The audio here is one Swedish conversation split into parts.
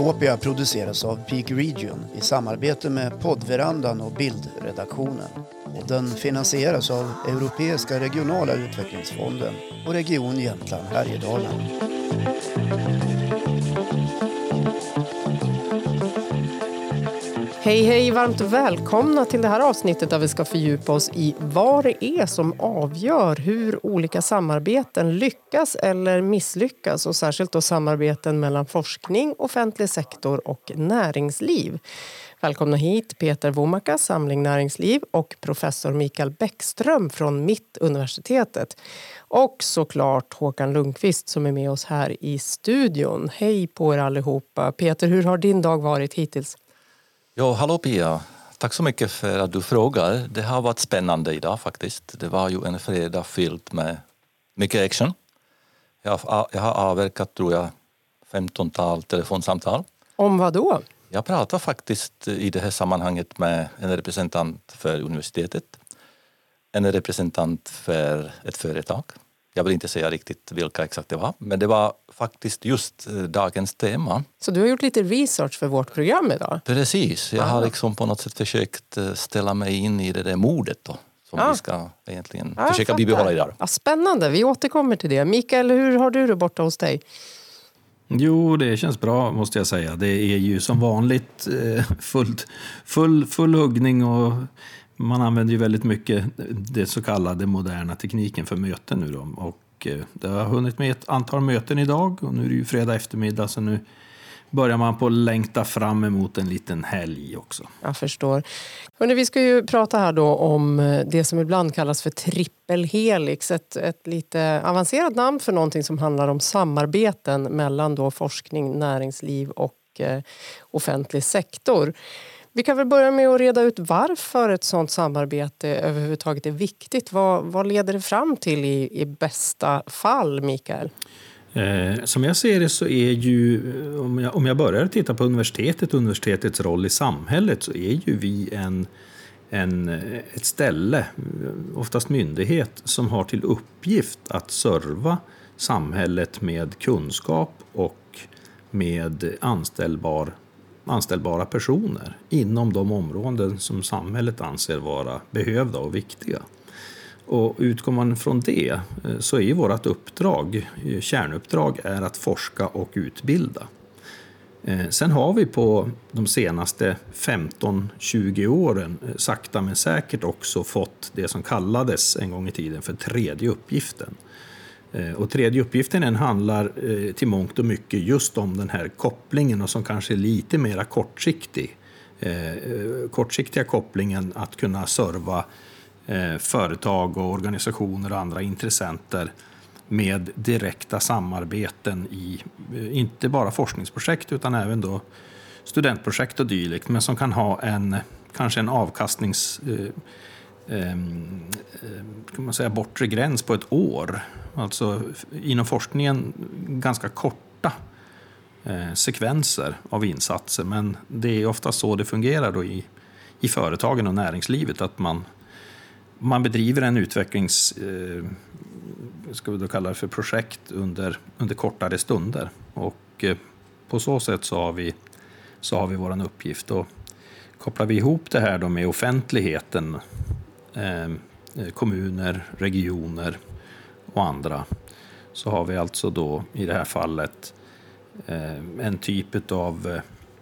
Utopia produceras av Peak Region i samarbete med poddverandan och bildredaktionen. Och den finansieras av Europeiska regionala utvecklingsfonden och Region Jämtland Härjedalen. Hej, varmt välkomna till det här avsnittet där vi ska fördjupa oss i vad det är som avgör hur olika samarbeten lyckas eller misslyckas, och särskilt då samarbeten mellan forskning, offentlig sektor och näringsliv. Välkomna hit Peter Womaka, Samling Näringsliv, och professor Mikael Bäckström från Mittuniversitetet. Och såklart Håkan Lundqvist som är med oss här i studion. Hej på er allihopa. Peter, hur har din dag varit hittills? Ja, hallå Pia. Tack så mycket för att du frågar. Det har varit spännande idag faktiskt. Det var ju en fredag fylld med mycket action. Jag har avverkat, tror jag, 15-tal telefonsamtal. Om vad då? Jag pratar faktiskt i det här sammanhanget med en representant för universitetet. En representant för ett företag. Jag vill inte säga riktigt vilka exakt det var. Men det var faktiskt just dagens tema. Så du har gjort lite research för vårt program idag? Precis. Jag har liksom på något sätt försökt ställa mig in i det där modet då. Som vi ska egentligen försöka bibehålla idag. Ja, spännande. Vi återkommer till det. Mikael, hur har du det borta hos dig? Jo, det känns bra måste jag säga. Det är ju som vanligt full huggning, och man använder ju väldigt mycket det så kallade moderna tekniken för möten nu då. Och det har hunnit med ett antal möten idag, och nu är det ju fredag eftermiddag, så nu börjar man på att längta fram emot en liten helg också. Jag förstår. Hörrni, vi ska ju prata här då om det som ibland kallas för trippelhelix. Ett lite avancerat namn för någonting som handlar om samarbeten mellan då forskning, näringsliv och offentlig sektor. Vi kan väl börja med att reda ut varför ett sådant samarbete överhuvudtaget är viktigt. Vad leder det fram till i bästa fall, Mikael? Som jag ser det så är ju, om jag börjar titta på universitetets roll i samhället, så är ju vi ett ställe, oftast myndighet, som har till uppgift att serva samhället med kunskap och med anställbara personer inom de områden som samhället anser vara behövda och viktiga. Och utgår man från det så är vårt kärnuppdrag är att forska och utbilda. Sen har vi på de senaste 15-20 åren sakta men säkert också fått det som kallades en gång i tiden för tredje uppgiften. Och tredje uppgiften handlar till mångt och mycket just om den här kopplingen, och som kanske är lite mer kortsiktiga kopplingen att kunna serva företag och organisationer och andra intressenter med direkta samarbeten i inte bara forskningsprojekt utan även då studentprojekt och dylikt, men som kan ha kanske en avkastnings kan man säga bortre gräns på ett år. Alltså inom forskningen ganska korta sekvenser av insatser, men det är ofta så det fungerar då i företagen och näringslivet, att man bedriver en ska vi då kalla det för projekt under kortare stunder, och på så sätt så har vi våran uppgift. Och kopplar vi ihop det här då med offentligheten, kommuner, regioner och andra, så har vi alltså då i det här fallet en typ av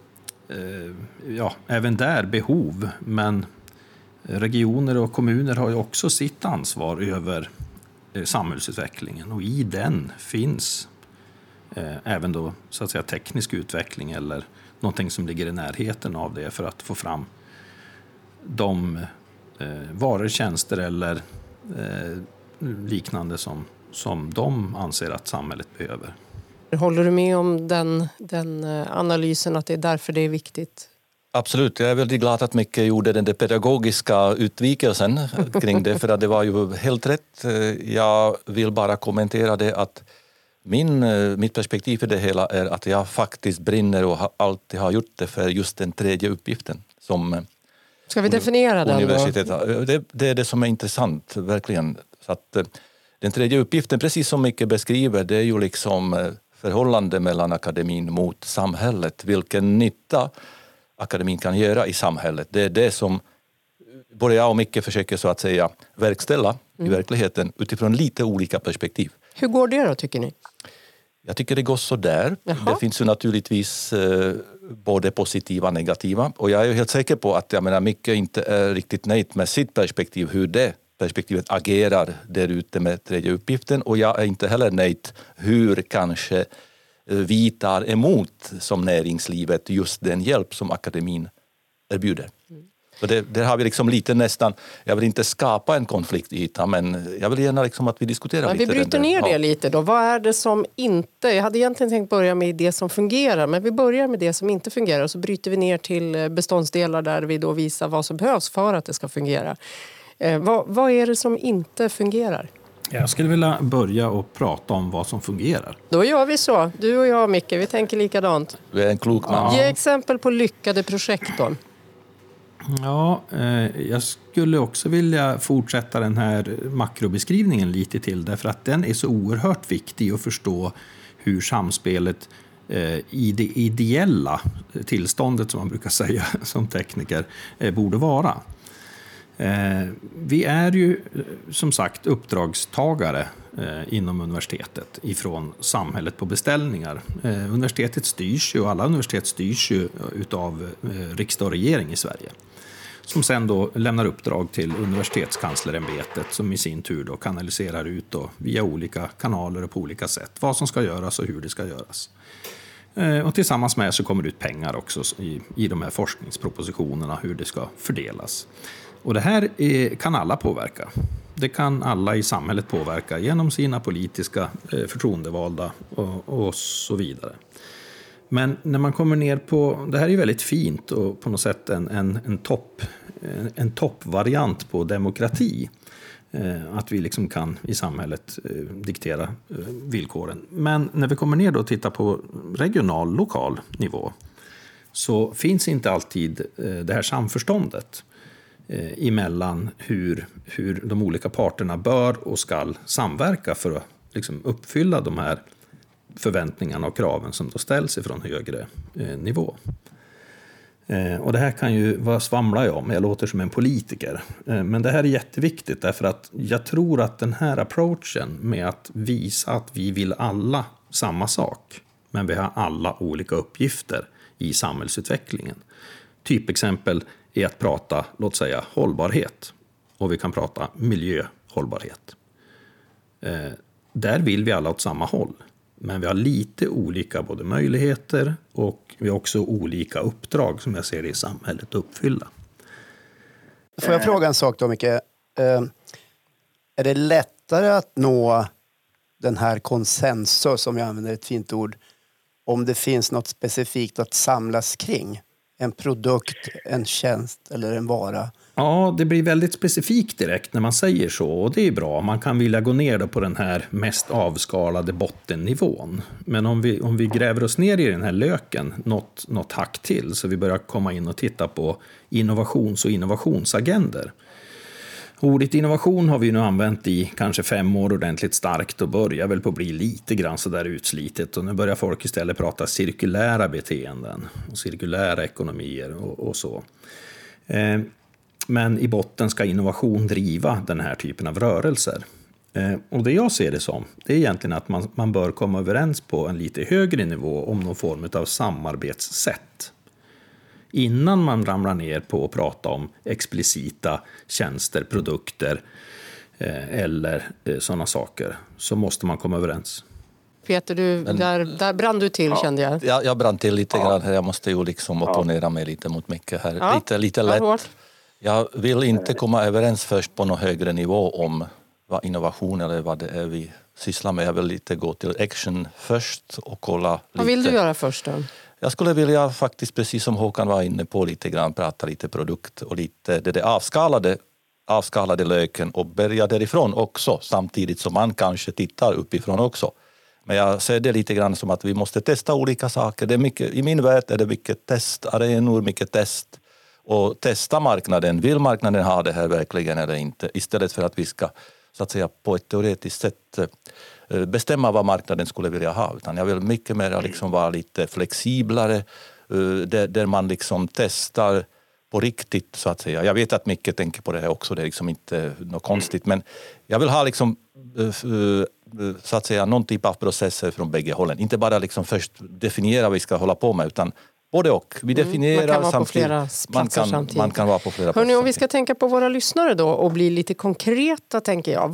även där behov, men regioner och kommuner har ju också sitt ansvar över samhällsutvecklingen, och i den finns även då så att säga teknisk utveckling eller någonting som ligger i närheten av det för att få fram de varor, tjänster eller liknande som de anser att samhället behöver. Håller du med om den analysen, att det är därför det är viktigt? Absolut, jag är väldigt glad att Micke gjorde den pedagogiska utvikelsen kring det, för att det var ju helt rätt. Jag vill bara kommentera det att mitt perspektiv för det hela är att jag faktiskt brinner och alltid har gjort det för just den tredje uppgiften. Ska vi definiera den då? Det är det som är intressant, verkligen. Så att den tredje uppgiften, precis som Micke beskriver, det är ju liksom förhållande mellan akademin mot samhället. Vilken nytta akademin kan göra i samhället. Det är det som både jag och Micke försöker så att säga verkställa i verkligheten utifrån lite olika perspektiv. Hur går det då, tycker ni? Jag tycker det går så där. Det finns ju naturligtvis både positiva och negativa. Och jag är ju helt säker på att Micke inte är riktigt nöjd med sitt perspektiv, hur det perspektivet agerar där ute med tredje uppgiften. Och jag är inte heller nöjd hur kanske vi tar emot som näringslivet just den hjälp som akademin erbjuder. Så där har vi liksom lite nästan, jag vill inte skapa en konfliktyta, men jag vill gärna liksom att vi diskuterar men lite. Vi bryter ner det lite då. Vad är det som inte, jag hade egentligen tänkt börja med det som fungerar, men vi börjar med det som inte fungerar och så bryter vi ner till beståndsdelar där vi då visar vad som behövs för att det ska fungera. Vad är det som inte fungerar? Jag skulle vilja börja och prata om vad som fungerar. Då gör vi så. Du och jag, Micke, vi tänker likadant. Du är en klok man. Ge exempel på lyckade projekt då. Ja, jag skulle också vilja fortsätta den här makrobeskrivningen lite till, därför att den är så oerhört viktig att förstå hur samspelet i det ideella tillståndet, som man brukar säga som tekniker, borde vara. Vi är ju som sagt uppdragstagare inom universitetet ifrån samhället på beställningar. Universitetet styrs ju, och alla universitet styrs ju utav riksdag och regering i Sverige, som sen då lämnar uppdrag till universitetskanslerämbetet, som i sin tur då kanaliserar ut då via olika kanaler och på olika sätt vad som ska göras och hur det ska göras. Och tillsammans med så kommer det ut pengar också i de här forskningspropositionerna, hur det ska fördelas. Och det här kan alla påverka. Det kan alla i samhället påverka genom sina politiska förtroendevalda och så vidare. Men när man kommer ner på, det här är ju väldigt fint och på något sätt en toppvariant på demokrati. Att vi liksom kan i samhället diktera villkoren. Men när vi kommer ner då och tittar på regional, lokal nivå, så finns inte alltid det här samförståndet emellan hur de olika parterna bör och ska samverka för att liksom uppfylla de här förväntningarna och kraven som då ställs ifrån högre nivå. Och det här kan ju, vad svamlar jag om? Jag låter som en politiker. Men det här är jätteviktigt, därför att jag tror att den här approachen med att visa att vi vill alla samma sak, men vi har alla olika uppgifter i samhällsutvecklingen. Typexempel är att prata, låt säga, hållbarhet. Och vi kan prata miljöhållbarhet. Där vill vi alla åt samma håll. Men vi har lite olika både möjligheter och vi har också olika uppdrag som jag ser det i samhället att uppfylla. Får jag fråga en sak då, Micke? Är det lättare att nå den här konsensus, som jag använder ett fint ord, om det finns något specifikt att samlas kring? En produkt, en tjänst eller en vara? Ja, det blir väldigt specifikt direkt när man säger så, och det är bra. Man kan vilja gå ner då på den här mest avskalade bottennivån. Men om vi gräver oss ner i den här löken något hack till, så vi börjar komma in och titta på innovations- och innovationsagender. Ordet innovation har vi nu använt i kanske 5 år ordentligt starkt och börjar väl på att bli lite grann så där utslitet. Och nu börjar folk istället prata cirkulära beteenden och cirkulära ekonomier och så. Men i botten ska innovation driva den här typen av rörelser. Och det jag ser det som, det är egentligen att man bör komma överens på en lite högre nivå om någon form av samarbetssätt. Innan man ramlar ner på att prata om explicita tjänster, produkter eller sådana saker, så måste man komma överens. Peter, där brann du till, kände jag. Jag brann till lite grann här. Jag måste ju liksom opponera mig lite mot mycket här. Ja. Lite lätt. Jag vill inte komma överens först på någon högre nivå om vad innovation eller vad det är vi sysslar med. Jag vill lite gå till action först och kolla lite. Vad vill du göra först då? Jag skulle vilja faktiskt, precis som Håkan var inne på, lite grann prata lite produkt och lite det avskalade löken och börja därifrån också, samtidigt som man kanske tittar uppifrån också. Men jag ser det lite grann som att vi måste testa olika saker. Det är mycket, i min värld är det mycket testarenor, mycket test och testa marknaden. Vill marknaden ha det här verkligen eller inte? Istället för att vi ska så att säga på ett teoretiskt sätt bestämma vad marknaden skulle vilja ha, utan jag vill mycket mer liksom vara lite flexiblare, där man liksom testar på riktigt, så att säga. Jag vet att mycket tänker på det här också, det är liksom inte något konstigt, men jag vill ha liksom så att säga någon typ av processer från bägge hållen. Inte bara liksom först definiera vad vi ska hålla på med, utan både och. Vi definierar man kan vara samtidigt. På flera platser samtidigt. Man kan vara på flera Hörrni, platser. om vi ska tänka på våra lyssnare då och bli lite konkreta, tänker jag.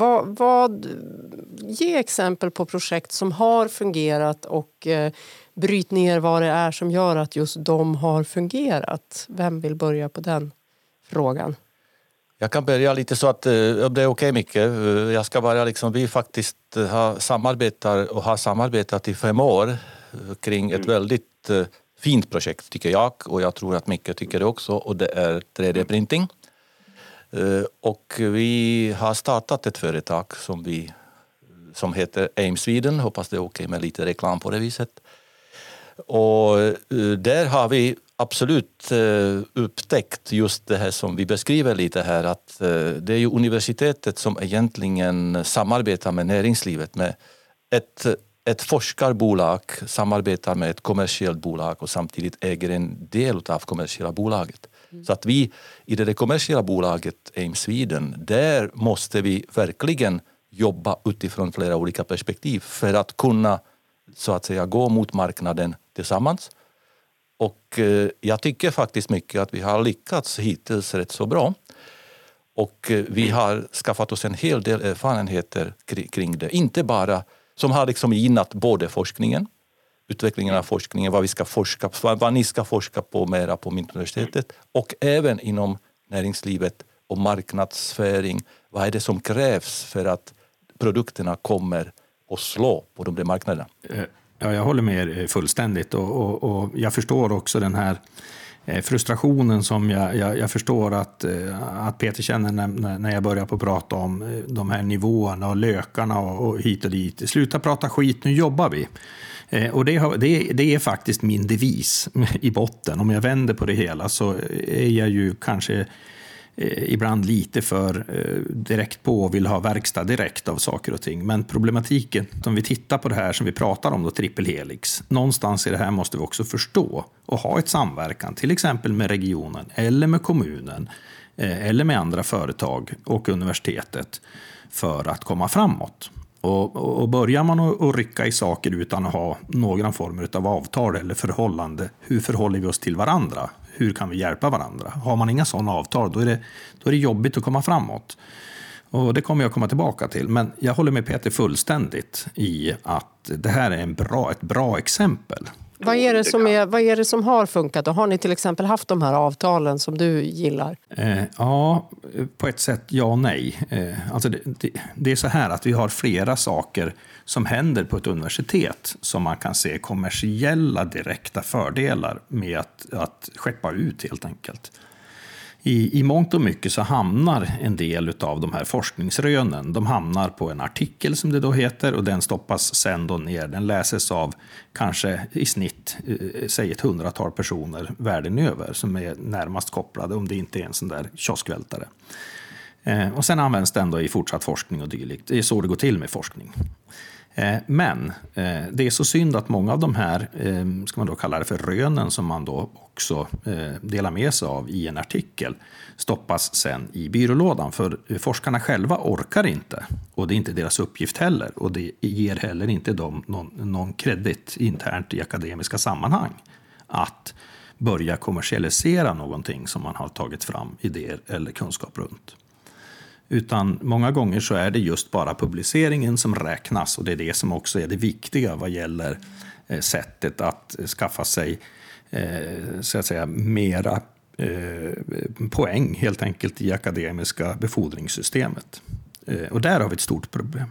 Ge exempel på projekt som har fungerat och bryt ner vad det är som gör att just de har fungerat. Vem vill börja på den frågan? Jag kan börja lite så att det är okej mycket. Jag ska bara liksom, vi faktiskt har samarbetat i 5 år kring ett väldigt fint projekt, tycker jag, och jag tror att mycket tycker det också, och det är 3D-printing. Och vi har startat ett företag som heter AIM Sweden, hoppas det är okej med lite reklam på det viset. Och där har vi absolut upptäckt just det här som vi beskriver lite här, att det är ju universitetet som egentligen samarbetar med näringslivet, med ett forskarbolag samarbetar med ett kommersiellt bolag och samtidigt äger en del av kommersiella bolaget. Så att vi i det kommersiella bolaget AIM Sweden, där måste vi verkligen jobba utifrån flera olika perspektiv för att kunna, så att säga, gå mot marknaden tillsammans. Och jag tycker faktiskt mycket att vi har lyckats hittills rätt så bra. Och vi har skaffat oss en hel del erfarenheter kring det. Inte bara som har liksom gynnat både forskningen, utvecklingen av forskningen, vad vi ska forska på, vad ni ska forska på mera på Myntuniversitetet, och även inom näringslivet och marknadsföring. Vad är det som krävs för att produkterna kommer att slå på de där marknaderna? Ja, jag håller med er fullständigt och jag förstår också den här frustrationen som jag förstår att Peter känner när jag börjar på prata om de här nivåerna och lökarna och hit och dit. Sluta prata skit, nu jobbar vi. Och det är faktiskt min devis i botten. Om jag vänder på det hela så är jag ju kanske ibland lite för direkt på och vill ha verkstad direkt av saker och ting. Men problematiken, om vi tittar på det här som vi pratar om då, trippelhelix, någonstans i det här måste vi också förstå och ha ett samverkan, till exempel med regionen eller med kommunen eller med andra företag och universitetet för att komma framåt. Och börjar man att rycka i saker utan att ha några former av avtal eller förhållande, hur förhåller vi oss till varandra? Hur kan vi hjälpa varandra? Har man inga sådana avtal, då är det jobbigt att komma framåt. Och det kommer jag komma tillbaka till. Men jag håller med Peter fullständigt i att det här är ett bra exempel. Vad är det som har funkat? Och har ni till exempel haft de här avtalen som du gillar? Ja, på ett sätt ja och nej. Alltså det är så här att vi har flera saker som händer på ett universitet som man kan se kommersiella direkta fördelar med att skeppa ut helt enkelt. I mångt och mycket så hamnar en del av de här forskningsrönen, de hamnar på en artikel som det då heter, och den stoppas sen då ner. Den läses av kanske i snitt, säg 100-tal personer världen över som är närmast kopplade, om det inte är en sån där kioskvältare. Och sen används den då i fortsatt forskning och dylikt. Det är så det går till med forskning. Men det är så synd att många av de här, ska man då kalla det för rönen, som man då också delar med sig av i en artikel, stoppas sen i byrålådan. För forskarna själva orkar inte, och det är inte deras uppgift heller. Och det ger heller inte dem någon kredit internt i akademiska sammanhang att börja kommersialisera någonting som man har tagit fram idéer eller kunskap runt. Utan många gånger så är det just bara publiceringen som räknas, och det är det som också är det viktiga vad gäller sättet att skaffa sig så att säga mera poäng helt enkelt i akademiska befordringssystemet. Och där har vi ett stort problem.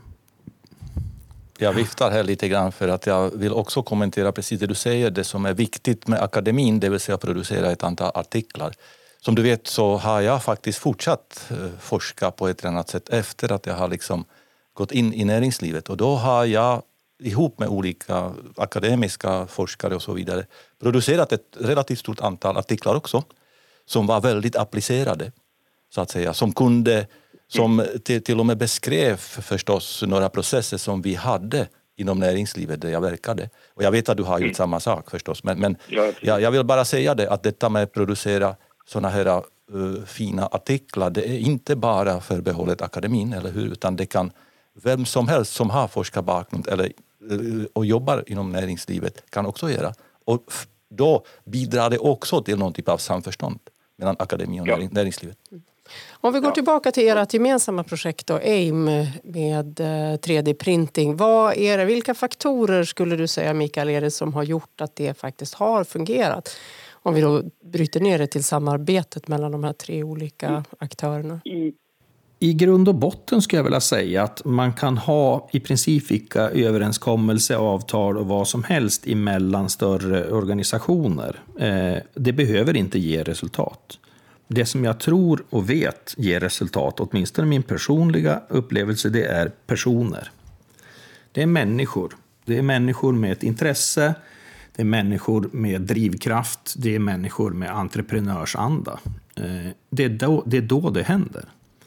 Jag viftar här lite grann för att jag vill också kommentera precis det du säger, det som är viktigt med akademin, det vill säga producera ett antal artiklar. Som du vet så har jag faktiskt fortsatt forska på ett eller annat sätt efter att jag har liksom gått in i näringslivet. Och då har jag ihop med olika akademiska forskare och så vidare producerat ett relativt stort antal artiklar också som var väldigt applicerade, så att säga. Som kunde som till och med beskrev förstås några processer som vi hade inom näringslivet där jag verkade. Och jag vet att du har gjort samma sak förstås. Men jag vill bara säga det, att detta med att producera såna här fina artiklar, det är inte bara förbehållet akademin, eller hur? Utan det kan vem som helst som har forskarbakgrund eller och jobbar inom näringslivet kan också göra. Och då bidrar det också till någon typ av samförstånd mellan akademi och näringslivet. Om vi går tillbaka till ert gemensamma projekt då, AIM med 3D-printing. Vilka faktorer skulle du säga, Mikael, är det som har gjort att det faktiskt har fungerat? Om vi då bryter ner det till samarbetet mellan de här 3 olika aktörerna. I grund och botten skulle jag vilja säga att man kan ha i princip vilka överenskommelser, avtal och vad som helst emellan större organisationer. Det behöver inte ge resultat. Det som jag tror och vet ger resultat, åtminstone min personliga upplevelse, det är personer. Det är människor. Det är människor med ett intresse, det är människor med drivkraft, det är människor med entreprenörsanda. Det är då det händer.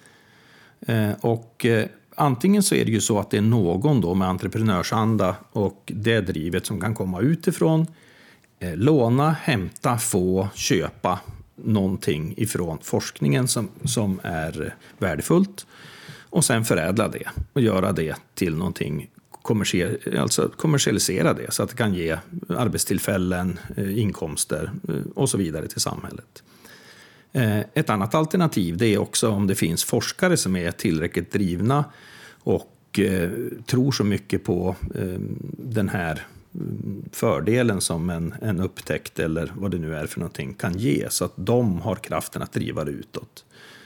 Och antingen så är det ju så att det är någon då med entreprenörsanda och det drivet som kan komma utifrån, låna, hämta, få, köpa någonting ifrån forskningen som är värdefullt och sen förädla det och göra det till någonting, alltså kommersialisera det så att det kan ge arbetstillfällen, inkomster och så vidare till samhället. Ett annat alternativ, det är också om det finns forskare som är tillräckligt drivna och tror så mycket på den här fördelen som en upptäckt eller vad det nu är för någonting kan ge, så att de har kraften att driva det utåt.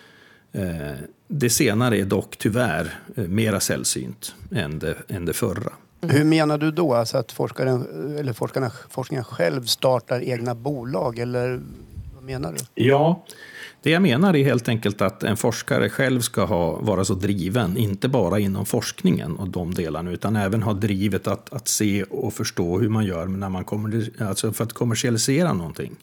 Det senare är dock tyvärr mera sällsynt än det förra. Hur menar du då? Alltså att forskningen själv startar egna bolag, eller vad menar du? Ja, det jag menar är helt enkelt att en forskare själv ska vara så driven, inte bara inom forskningen och de delarna, utan även ha drivet att se och förstå hur man gör när man alltså för att kommersialisera någonting.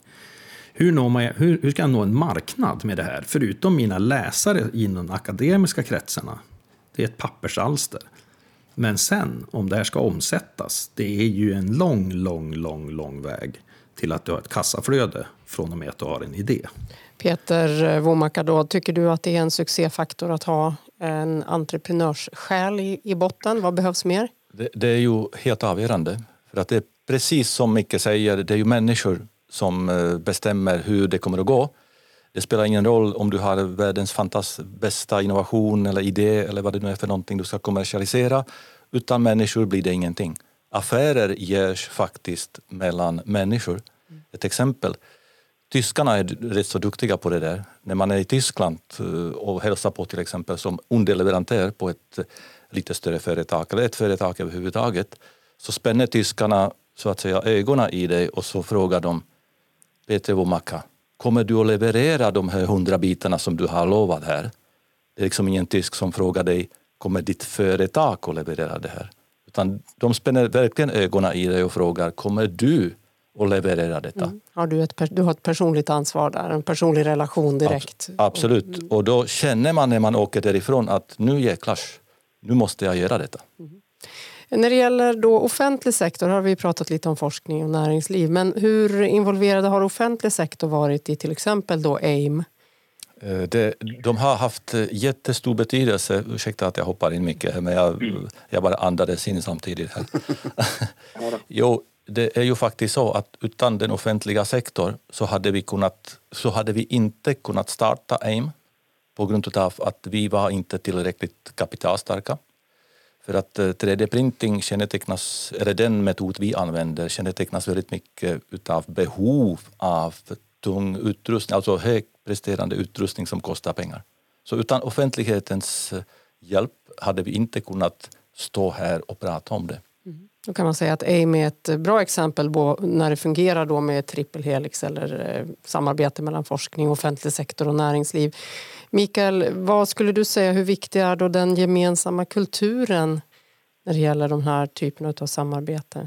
Hur ska jag nå en marknad med det här? Förutom mina läsare inom de akademiska kretsarna, det är ett pappersalster. Men sen, om det här ska omsättas, det är ju en lång väg till att du har ett kassaflöde från och med att du har en idé. Peter Womacka, då, tycker du att det är en succéfaktor att ha en entreprenörssjäl i botten? Vad behövs mer? Det är ju helt avgörande. För att det är precis som Micke säger, det är ju människor som bestämmer hur det kommer att gå. Det spelar ingen roll om du har världens bästa innovation eller idé eller vad det nu är för någonting du ska kommersialisera. Utan människor blir det ingenting. Affärer görs faktiskt mellan människor. Ett exempel. Tyskarna är rätt så duktiga på det där. När man är i Tyskland och hälsar på till exempel som underleverantör på ett lite större företag eller ett företag överhuvudtaget, så spänner tyskarna så att säga ögonen i dig och så frågar de: Peter Womacka, kommer du att leverera de här 100 bitarna som du har lovat här? Det är liksom ingen tysk som frågar dig: kommer ditt företag att leverera det här? Utan de spänner verkligen ögonen i dig och frågar: kommer du att leverera detta? Du har ett personligt ansvar där, en personlig relation direkt. Absolut. Och då känner man när man åker därifrån att nu jäklars, nu måste jag göra detta. När det gäller då offentlig sektor har vi pratat lite om forskning och näringsliv. Men hur involverade har offentlig sektor varit i till exempel då AIM? De har haft jättestor betydelse. Ursäkta att jag hoppar in mycket, men jag bara andades in samtidigt här. Jo, det är ju faktiskt så att utan den offentliga sektorn så hade vi inte kunnat starta AIM på grund av att vi var inte tillräckligt kapitalstarka. För att 3D-printing kännetecknas, eller den metod vi använder, kännetecknas väldigt mycket utav behov av tung utrustning, alltså högpresterande utrustning som kostar pengar. Så utan offentlighetens hjälp hade vi inte kunnat stå här och prata om det. Då kan man säga att AIM är ett bra exempel på när det fungerar då med trippelhelix eller samarbete mellan forskning, offentlig sektor och näringsliv. Mikael, vad skulle du säga, hur viktig är då den gemensamma kulturen när det gäller de här typerna av samarbete?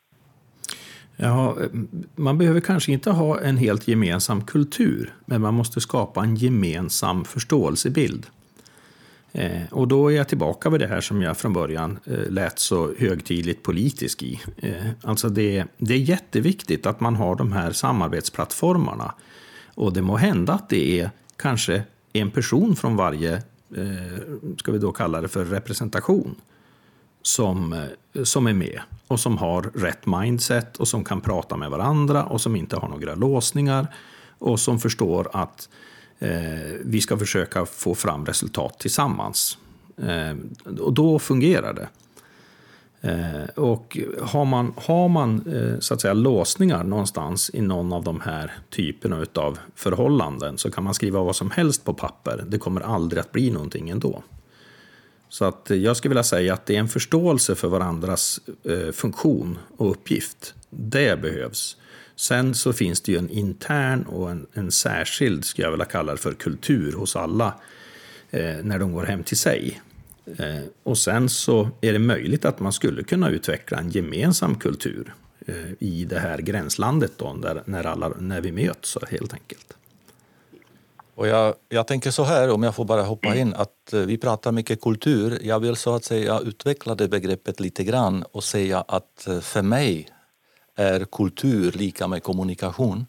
Ja, man behöver kanske inte ha en helt gemensam kultur, men man måste skapa en gemensam förståelsebild. Och då är jag tillbaka vid det här som jag från början lät så högtidligt politisk i. Alltså det är jätteviktigt att man har de här samarbetsplattformarna. Och det må hända att det är kanske en person från varje, ska vi då kalla det för representation, som är med och som har rätt mindset och som kan prata med varandra och som inte har några låsningar och som förstår att vi ska försöka få fram resultat tillsammans. Och då fungerar det. Och har man så att säga låsningar någonstans i någon av de här typerna av förhållanden, så kan man skriva vad som helst på papper. Det kommer aldrig att bli någonting ändå. Så att jag skulle vilja säga att det är en förståelse för varandras funktion och uppgift. Det behövs. Sen så finns det ju en intern och en särskild, skulle jag vilja kalla det för, kultur hos alla när de går hem till sig. Och sen så är det möjligt att man skulle kunna utveckla en gemensam kultur i det här gränslandet då, när vi möts helt enkelt. Och jag tänker så här, om jag får bara hoppa in, att vi pratar mycket kultur. Jag vill så att säga utveckla det begreppet lite grann och säga att för mig är kultur lika med kommunikation.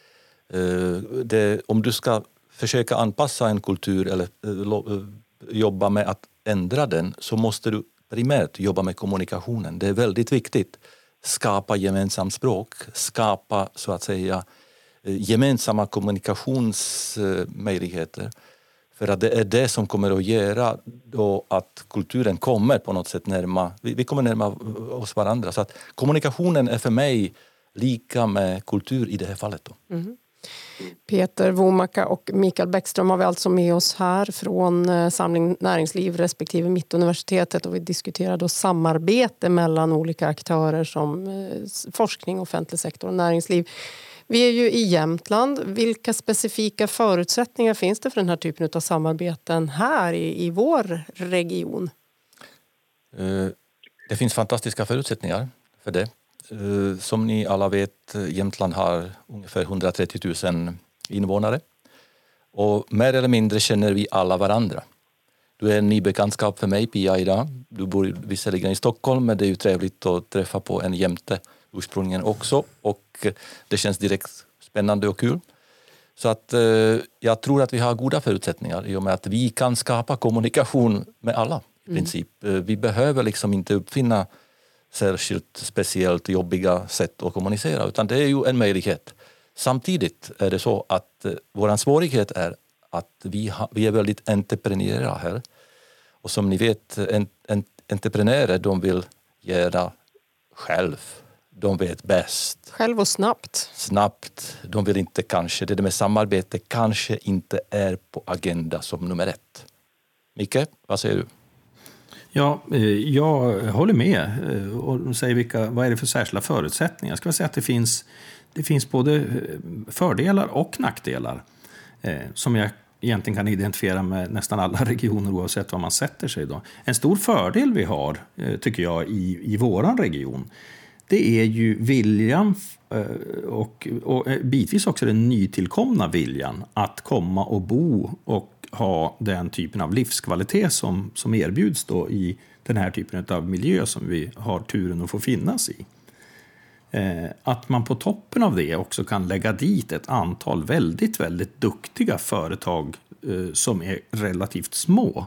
Om du ska försöka anpassa en kultur eller jobba med att ändra den, så måste du primärt jobba med kommunikationen. Det är väldigt viktigt. Skapa gemensamt språk, skapa så att säga gemensamma kommunikationsmöjligheter. För att det är det som kommer att göra då att kulturen kommer på något sätt vi kommer närma oss varandra. Så att kommunikationen är för mig lika med kultur i det här fallet då. Mm. Peter Womaka och Mikael Bäckström har vi alltså med oss här från Samling Näringsliv respektive Mittuniversitetet, och vi diskuterar då samarbete mellan olika aktörer som forskning, offentlig sektor och näringsliv. Vi är ju i Jämtland. Vilka specifika förutsättningar finns det för den här typen av samarbeten här i vår region? Det finns fantastiska förutsättningar för det. Som ni alla vet, Jämtland har ungefär 130 000 invånare. Och mer eller mindre känner vi alla varandra. Du är en ny bekantskap för mig, Pia, idag. Du bor visserligen i Stockholm, men det är ju trevligt att träffa på en jämte ursprungligen också. Och det känns direkt spännande och kul. Så att jag tror att vi har goda förutsättningar i och med att vi kan skapa kommunikation med alla i princip. Vi behöver liksom inte uppfinna särskilt speciellt jobbiga sätt att kommunicera, utan det är ju en möjlighet. Samtidigt är det så att vår svårighet är att vi är väldigt entreprenörer här. Och som ni vet, entreprenörer, de vill göra själv. De vet bäst. Själv och snabbt. Snabbt. De vill inte kanske, det med samarbete kanske inte är på agenda som nummer 1. Micke, vad säger du? Ja, jag håller med och säger vad är det för särskilda förutsättningar. Jag ska säga att det finns både fördelar och nackdelar som jag egentligen kan identifiera med nästan alla regioner oavsett var man sätter sig då. En stor fördel vi har, tycker jag, i våran region, det är ju viljan och bitvis också den nytillkomna viljan att komma och bo och ha den typen av livskvalitet som erbjuds då i den här typen av miljö som vi har turen att få finnas i. Att man på toppen av det också kan lägga dit ett antal väldigt, väldigt duktiga företag som är relativt små.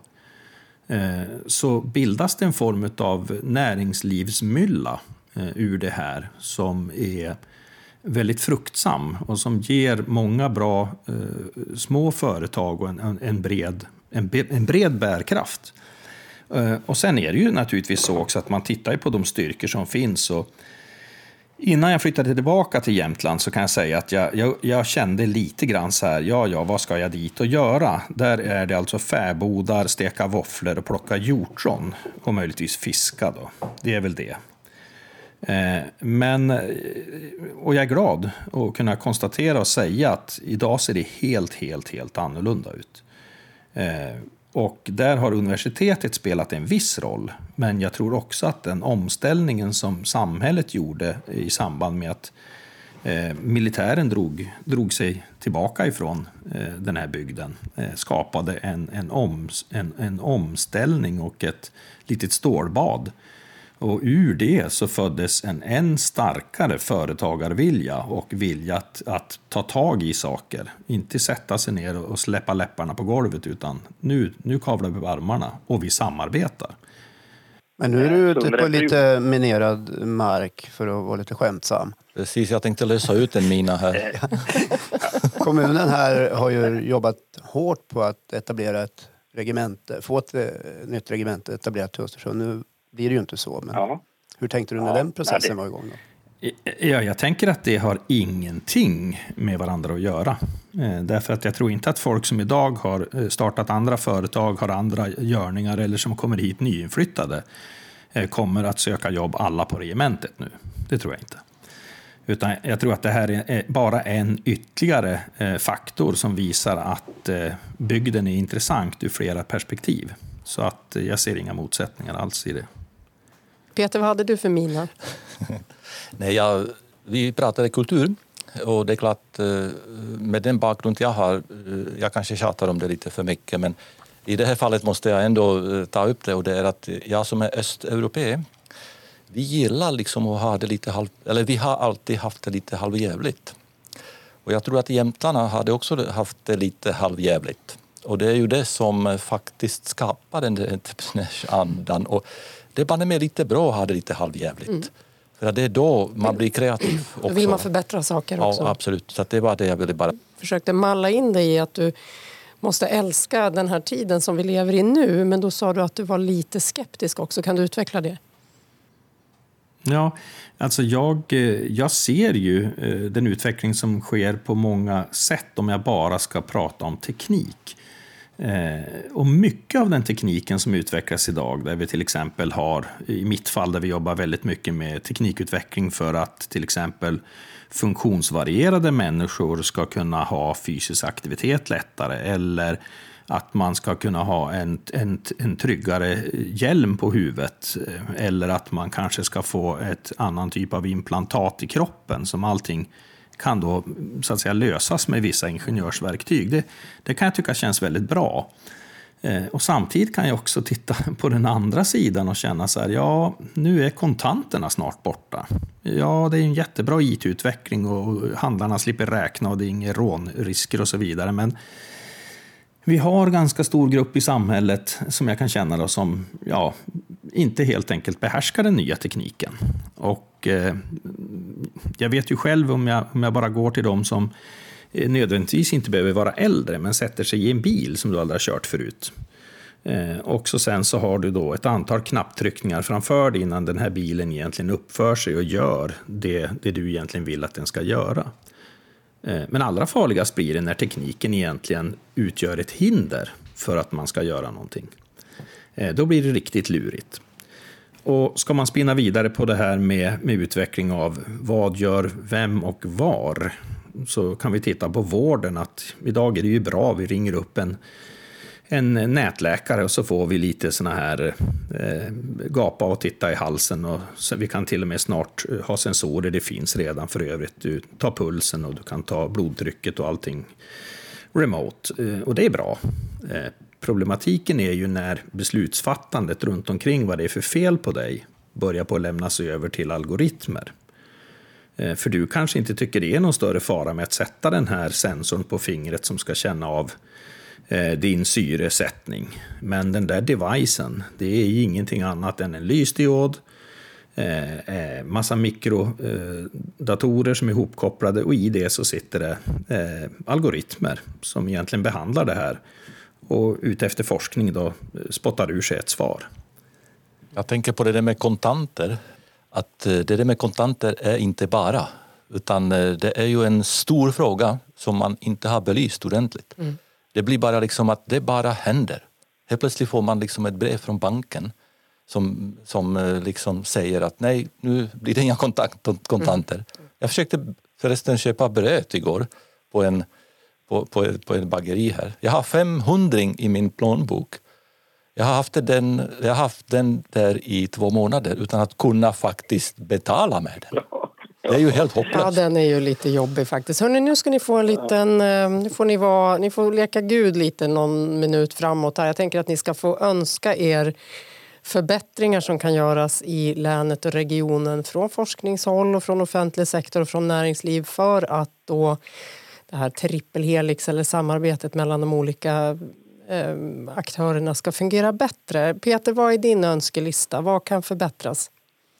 Så bildas det en form av näringslivsmylla ur det här som är väldigt fruktsam och som ger många bra små företag och en bred bärkraft. Och sen är det ju naturligtvis så också att man tittar på de styrkor som finns. Och innan jag flyttade tillbaka till Jämtland så kan jag säga att jag kände lite grann så här, ja, vad ska jag dit och göra? Där är det alltså fäbodar, steka våfflor och plocka hjortron och möjligtvis fiska då. Det är väl det. Och jag är glad att kunna konstatera och säga att idag ser det helt annorlunda ut. Och där har universitetet spelat en viss roll, men jag tror också att den omställningen som samhället gjorde i samband med att Militären drog sig tillbaka ifrån den här bygden, skapade en omställning och ett litet stålbad. Och ur det så föddes en än starkare företagarvilja och vilja att ta tag i saker. Inte sätta sig ner och släppa läpparna på golvet, utan nu kavlar vi armarna och vi samarbetar. Men nu är du ute på lite minerad mark, för att vara lite skämtsam. Precis, jag tänkte lösa ut en mina här. Kommunen här har ju jobbat hårt på att etablera ett regemente, få ett nytt regemente etablerat till Östersund. Nu blir det ju inte så, men hur tänkte du när den processen var igång då? Ja, jag tänker att det har ingenting med varandra att göra. Därför att jag tror inte att folk som idag har startat andra företag, har andra görningar eller som kommer hit nyinflyttade kommer att söka jobb alla på regementet nu. Det tror jag inte. Utan jag tror att det här är bara en ytterligare faktor som visar att bygden är intressant ur flera perspektiv. Så att jag ser inga motsättningar alls i det. Peter, vad hade du för mina? Nej, vi pratade kultur, och det är klart med den bakgrund jag har, jag kanske tjatar om det lite för mycket, men i det här fallet måste jag ändå ta upp det, och det är att jag som är östeuropé, vi gillar liksom att ha det lite vi har alltid haft det lite halvjävligt. Och jag tror att jämtarna hade också haft det lite halvjävligt. Och det är ju det som faktiskt skapar den entreprenörsandan. Och det är bara med lite bra att ha det lite halvjävligt. För det är då man blir kreativ också. Då vill man förbättra saker också. Ja, absolut. Så det var det jag ville bara... Försökte malla in dig i att du måste älska den här tiden som vi lever i nu. Men då sa du att du var lite skeptisk också. Kan du utveckla det? Ja, alltså jag ser ju den utveckling som sker på många sätt om jag bara ska prata om teknik. Och mycket av den tekniken som utvecklas idag, där vi till exempel har, i mitt fall där vi jobbar väldigt mycket med teknikutveckling för att till exempel funktionsvarierade människor ska kunna ha fysisk aktivitet lättare, eller att man ska kunna ha en tryggare hjälm på huvudet, eller att man kanske ska få ett annan typ av implantat i kroppen, som allting kan då så att säga lösas med vissa ingenjörsverktyg. Det kan jag tycka känns väldigt bra. Och samtidigt kan jag också titta på den andra sidan och känna så här, ja, nu är kontanterna snart borta. Ja, det är en jättebra IT-utveckling och handlarna slipper räkna och det är inga rånrisker och så vidare, men vi har ganska stor grupp i samhället som jag kan känna då, som inte helt enkelt behärskar den nya tekniken. Och jag vet ju själv, om jag bara går till dem som nödvändigtvis inte behöver vara äldre men sätter sig i en bil som du aldrig har kört förut. Och sen så har du då ett antal knapptryckningar framför dig innan den här bilen egentligen uppför sig och gör det du egentligen vill att den ska göra. Men allra farligast blir det när tekniken egentligen utgör ett hinder för att man ska göra någonting. Då blir det riktigt lurigt. Och ska man spinna vidare på det här med utveckling av vad gör vem och var, så kan vi titta på vården. Att idag är det ju bra, vi ringer upp en nätläkare och så får vi lite såna här gapa och titta i halsen, och så vi kan till och med snart ha sensorer, det finns redan för övrigt. Du tar pulsen och du kan ta blodtrycket och allting remote, och det är bra. Problematiken är ju när beslutsfattandet runt omkring vad det är för fel på dig börjar på att lämnas över till algoritmer. För du kanske inte tycker det är någon större fara med att sätta den här sensorn på fingret som ska känna av din syresättning. Men den där devicen, det är ju ingenting annat än en lysdiod, massa mikrodatorer som är ihopkopplade, och i det så sitter det algoritmer som egentligen behandlar det här och utefter forskning då spottar ur sig ett svar. Jag tänker på det där med kontanter. Att det där med kontanter är inte bara, utan det är ju en stor fråga som man inte har belyst ordentligt. Det blir bara liksom att det bara händer. Helt plötsligt får man liksom ett brev från banken som liksom säger att nej, nu blir det inga kontanter. Jag försökte förresten köpa bröd igår på en bageri här. Jag har 500 i min plånbok. Jag har haft den där i 2 månader utan att kunna faktiskt betala med den. Det är ju helt hopplöst. Ja, den är ju lite jobbig faktiskt. Hörrni, nu ska ni få en liten... ni får leka Gud lite någon minut framåt här. Jag tänker att ni ska få önska er förbättringar som kan göras i länet och regionen från forskningshåll och från offentlig sektor och från näringsliv för att då det här trippelhelix eller samarbetet mellan de olika aktörerna ska fungera bättre. Peter, vad är din önskelista? Vad kan förbättras?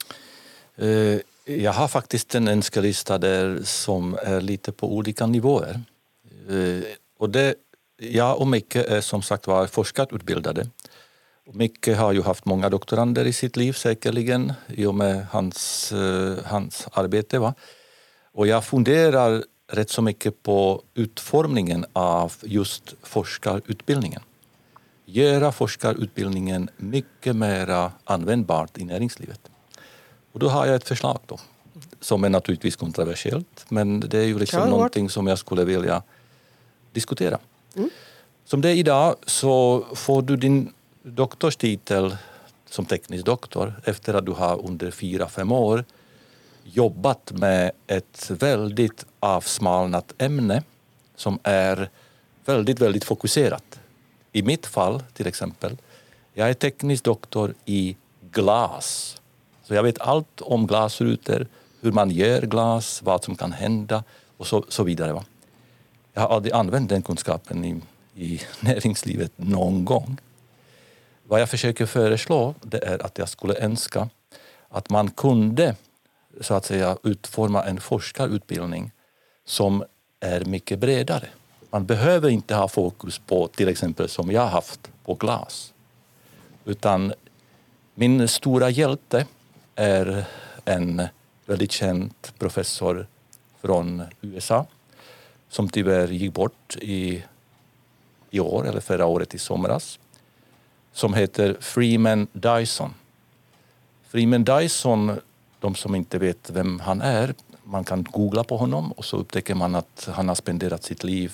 Jag har faktiskt en önskelista där som är lite på olika nivåer. Och jag och Micke är som sagt var forskarutbildade. Micke har ju haft många doktorander i sitt liv säkerligen i och med hans arbete. Va? Och jag funderar rätt så mycket på utformningen av just forskarutbildningen. Göra forskarutbildningen mycket mer användbart i näringslivet. Och då har jag ett förslag då, som är naturligtvis kontroversiellt, men det är ju liksom någonting som jag skulle vilja diskutera. Som det är idag så får du din doktorstitel som teknisk doktor efter att du har under 4-5 år jobbat med ett väldigt avsmalnat ämne som är väldigt, väldigt fokuserat. I mitt fall till exempel, jag är teknisk doktor i glas. Så jag vet allt om glasrutor, hur man gör glas, vad som kan hända och så vidare. Va? Jag har aldrig använt den kunskapen i näringslivet någon gång. Vad jag försöker föreslå det är att jag skulle önska att man kunde så att säga utforma en forskarutbildning som är mycket bredare. Man behöver inte ha fokus på till exempel som jag har haft på glas. Utan min stora hjälte är en väldigt känd professor från USA som tyvärr gick bort i år eller förra året i somras, som heter Freeman Dyson. Freeman Dyson, de som inte vet vem han är, man kan googla på honom och så upptäcker man att han har spenderat sitt liv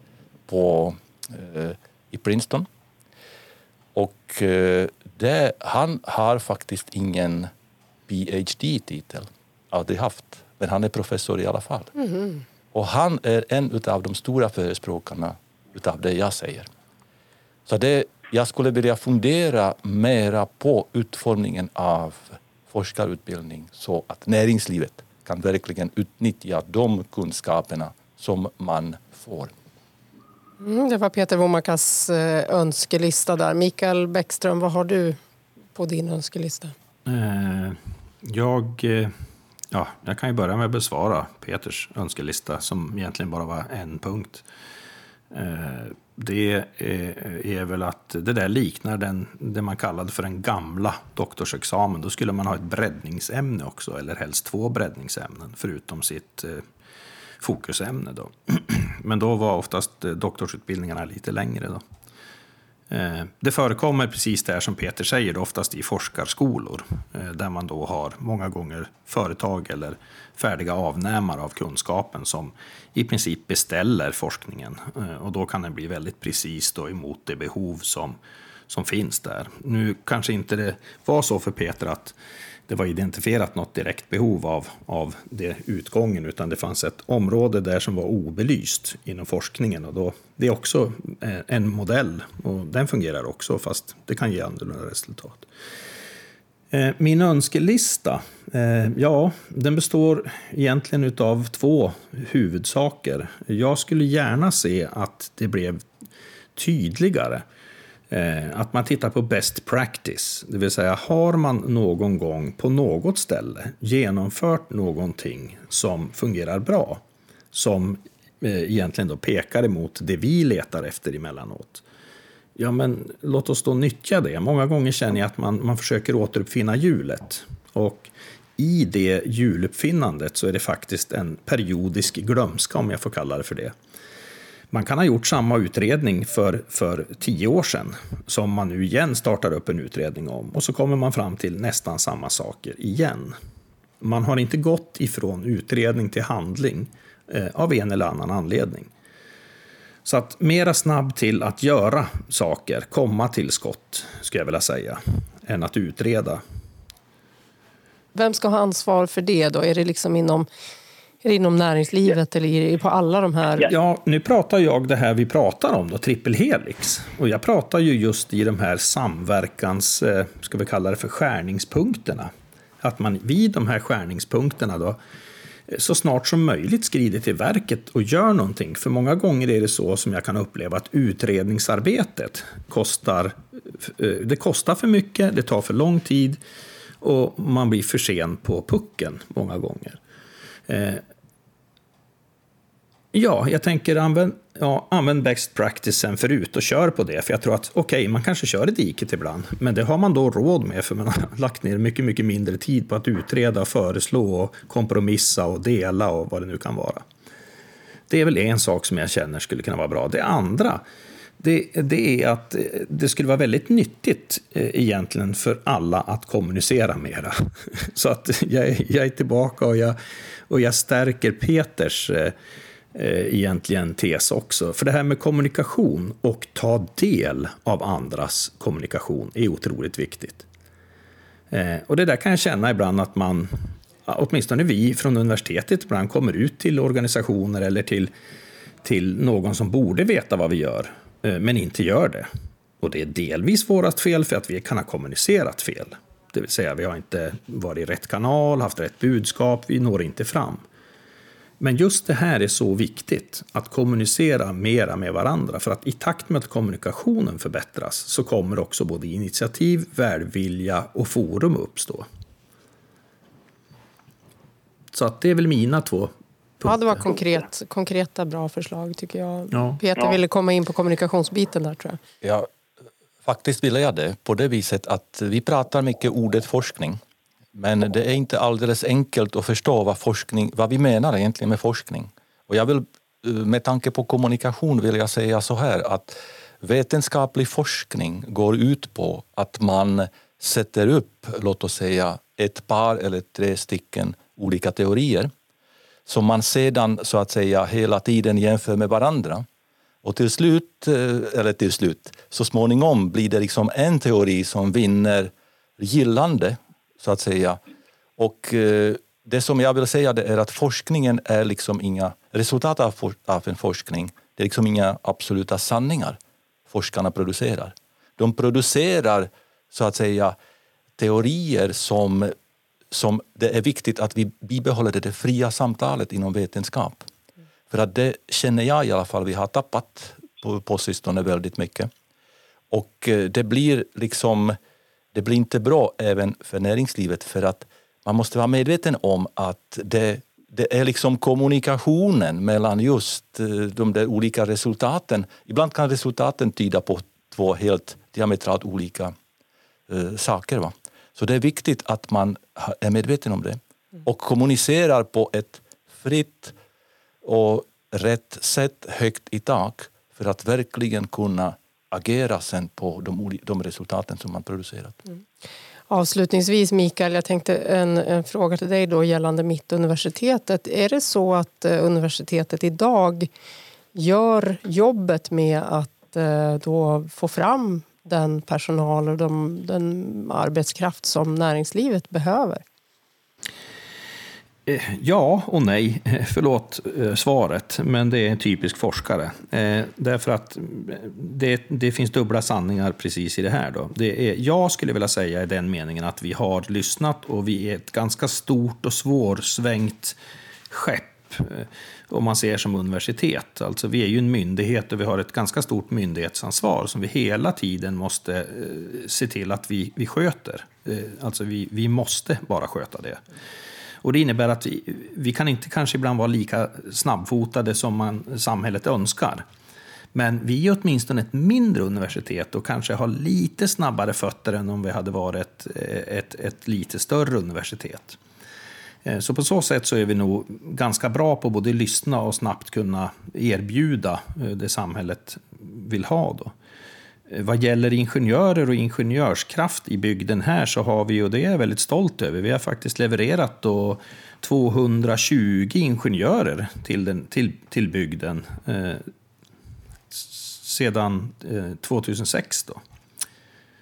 i Princeton. Och han har faktiskt ingen PhD-titel, aldrig haft, men han är professor i alla fall. Och han är en av de stora förespråkarna utav det jag säger. Så jag skulle vilja fundera mera på utformningen av forskarutbildning så att näringslivet kan verkligen utnyttja de kunskaperna som man får. Det var Peter Womakas önskelista där. Mikael Bäckström, vad har du på din önskelista? Jag kan ju börja med att besvara Peters önskelista som egentligen bara var en punkt. Det är väl att det där liknar det man kallade för den gamla doktorsexamen. Då skulle man ha ett breddningsämne också, eller helst 2 breddningsämnen förutom sitt fokusämne då. Men då var oftast doktorsutbildningarna lite längre då. Det förekommer precis det som Peter säger då, oftast i forskarskolor där man då har många gånger företag eller färdiga avnämare av kunskapen som i princip beställer forskningen, och då kan den bli väldigt precis då emot det behov som finns där. Nu kanske inte det var så för Peter att det var identifierat något direkt behov av det utgången, utan det fanns ett område där som var obelyst inom forskningen, och då, det är också en modell och den fungerar också, fast det kan ge annorlunda resultat. Min önskelista, den består egentligen av 2 huvudsaker. Jag skulle gärna se att det blev tydligare att man tittar på best practice, det vill säga har man någon gång på något ställe genomfört någonting som fungerar bra, som egentligen då pekar emot det vi letar efter emellanåt. Ja, men låt oss då nyttja det. Många gånger känner jag att man försöker återuppfinna hjulet, och i det hjuluppfinnandet så är det faktiskt en periodisk glömska, om jag får kalla det för det. Man kan ha gjort samma utredning för 10 år sedan som man nu igen startar upp en utredning om, och så kommer man fram till nästan samma saker igen. Man har inte gått ifrån utredning till handling av en eller annan anledning. Så att mera snabb till att göra saker, komma till skott, skulle jag vilja säga, än att utreda. vem ska ha ansvar för det då? Är det liksom inom näringslivet eller är det på alla de här? Ja, nu pratar jag det här vi pratar om då, triple helix. Och jag pratar ju just i de här samverkans, ska vi kalla det för skärningspunkterna. Att man vid de här skärningspunkterna då så snart som möjligt skrider till verket och gör någonting. För många gånger är det så som jag kan uppleva att utredningsarbetet kostar för mycket, det tar för lång tid och man blir för sen på pucken många gånger. Ja, jag tänker använd best practice sen förut och kör på det. För jag tror att man kanske kör i diket ibland. Men det har man då råd med för man har lagt ner mycket, mycket mindre tid på att utreda, föreslå, och kompromissa och dela och vad det nu kan vara. Det är väl en sak som jag känner skulle kunna vara bra. Det andra, det är att det skulle vara väldigt nyttigt egentligen för alla att kommunicera mera. Så att jag är tillbaka och jag stärker Peters egentligen tes också. För det här med kommunikation och ta del av andras kommunikation är otroligt viktigt. Och det där kan jag känna ibland att man, åtminstone vi från universitetet ibland kommer ut till organisationer eller till någon som borde veta vad vi gör men inte gör det. Och det är delvis vårat fel för att vi kan ha kommunicerat fel. Det vill säga vi har inte varit i rätt kanal, haft rätt budskap, vi når inte fram. Men just det här är så viktigt, att kommunicera mera med varandra. För att i takt med att kommunikationen förbättras så kommer också både initiativ, välvilja och forum uppstå. Så att det är väl mina 2 punkter. Ja, det var konkreta bra förslag tycker jag. Ja. Peter ville komma in på kommunikationsbiten där tror jag. Ja, faktiskt ville jag det på det viset att vi pratar mycket ordet forskning. Men det är inte alldeles enkelt att förstå vad vi menar egentligen med forskning. Och jag vill, med tanke på kommunikation vill jag säga så här att vetenskaplig forskning går ut på att man sätter upp, låt oss säga, ett par eller 3 stycken olika teorier som man sedan så att säga hela tiden jämför med varandra. Och till slut, så småningom blir det liksom en teori som vinner gillande så att säga. Och det som jag vill säga det är att forskningen är liksom inga resultat av en forskning. Det är liksom inga absoluta sanningar forskarna producerar. De producerar så att säga teorier som det är viktigt att vi bibehåller det fria samtalet inom vetenskap. För att det känner jag i alla fall vi har tappat på sistone väldigt mycket. Och det blir inte bra även för näringslivet för att man måste vara medveten om att det är liksom kommunikationen mellan just de där olika resultaten. Ibland kan resultaten tyda på 2 helt diametralt olika saker. Va? Så det är viktigt att man är medveten om det och kommunicerar på ett fritt och rätt sätt högt i tak för att verkligen kunna agera sen på de resultaten som man producerat. Avslutningsvis Mikael, jag tänkte en fråga till dig då gällande Mittuniversitetet. Är det så att universitetet idag gör jobbet med att då få fram den personal och den arbetskraft som näringslivet behöver? Ja och nej, förlåt svaret, men det är en typisk forskare. Därför att det finns dubbla sanningar precis i det här. Då. Jag skulle vilja säga i den meningen att vi har lyssnat och vi är ett ganska stort och svårsvängt skepp om man ser som universitet. Alltså vi är ju en myndighet och vi har ett ganska stort myndighetsansvar som vi hela tiden måste se till att vi sköter. Alltså vi måste bara sköta det. Och det innebär att vi kan inte kanske ibland vara lika snabbfotade som samhället önskar. Men vi är åtminstone ett mindre universitet och kanske har lite snabbare fötter än om vi hade varit ett lite större universitet. Så på så sätt så är vi nog ganska bra på både lyssna och snabbt kunna erbjuda det samhället vill ha då. Vad gäller ingenjörer och ingenjörskraft i bygden här så har vi, och det är jag väldigt stolt över, vi har faktiskt levererat då 220 ingenjörer till bygden sedan 2006 då.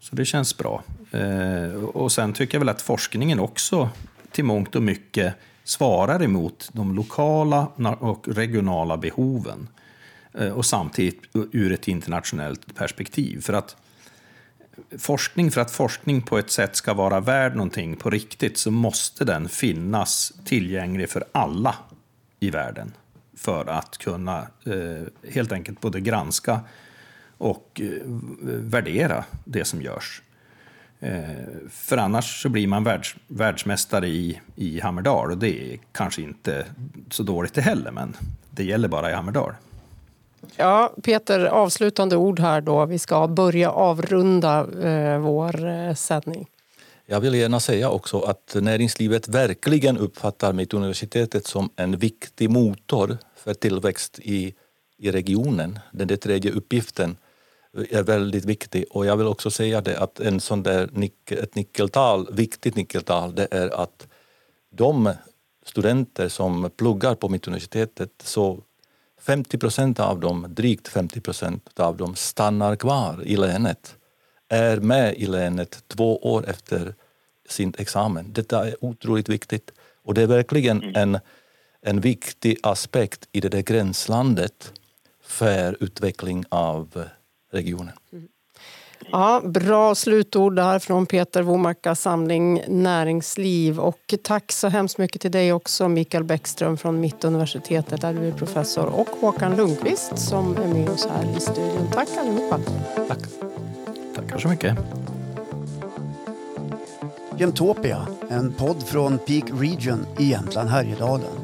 Så det känns bra. Och sen tycker jag väl att forskningen också till mångt och mycket svarar emot de lokala och regionala behoven. Och samtidigt ur ett internationellt perspektiv. För att forskning på ett sätt ska vara värd någonting på riktigt, så måste den finnas tillgänglig för alla i världen. För att kunna helt enkelt både granska och värdera det som görs. För annars så blir man världsmästare i Hammerdal, och det är kanske inte så dåligt det heller, men det gäller bara i Hammerdal. Ja, Peter, avslutande ord här då. Vi ska börja avrunda vår sändning. Jag vill gärna säga också att näringslivet verkligen uppfattar Mittuniversitetet som en viktig motor för tillväxt i regionen. Den tredje uppgiften är väldigt viktig, och jag vill också säga det att en sån där viktigt nyckeltal, det är att de studenter som pluggar på Mittuniversitetet, så 50% av dem, drygt 50% av dem stannar kvar i länet, är med i länet 2 år efter sin examen. Detta är otroligt viktigt, och det är verkligen en viktig aspekt i det där gränslandet för utveckling av regionen. Ja, bra slutord där från Peter Womacka, Samling Näringsliv. Och tack så hemskt mycket till dig också, Mikael Bäckström från Mittuniversitetet, där du är professor, och Håkan Lundqvist som är med oss här i studion. Tack allihopa. Tack. Tackar så mycket. Gemtopia, en podd från Peak Region i Jämtland Härjedalen.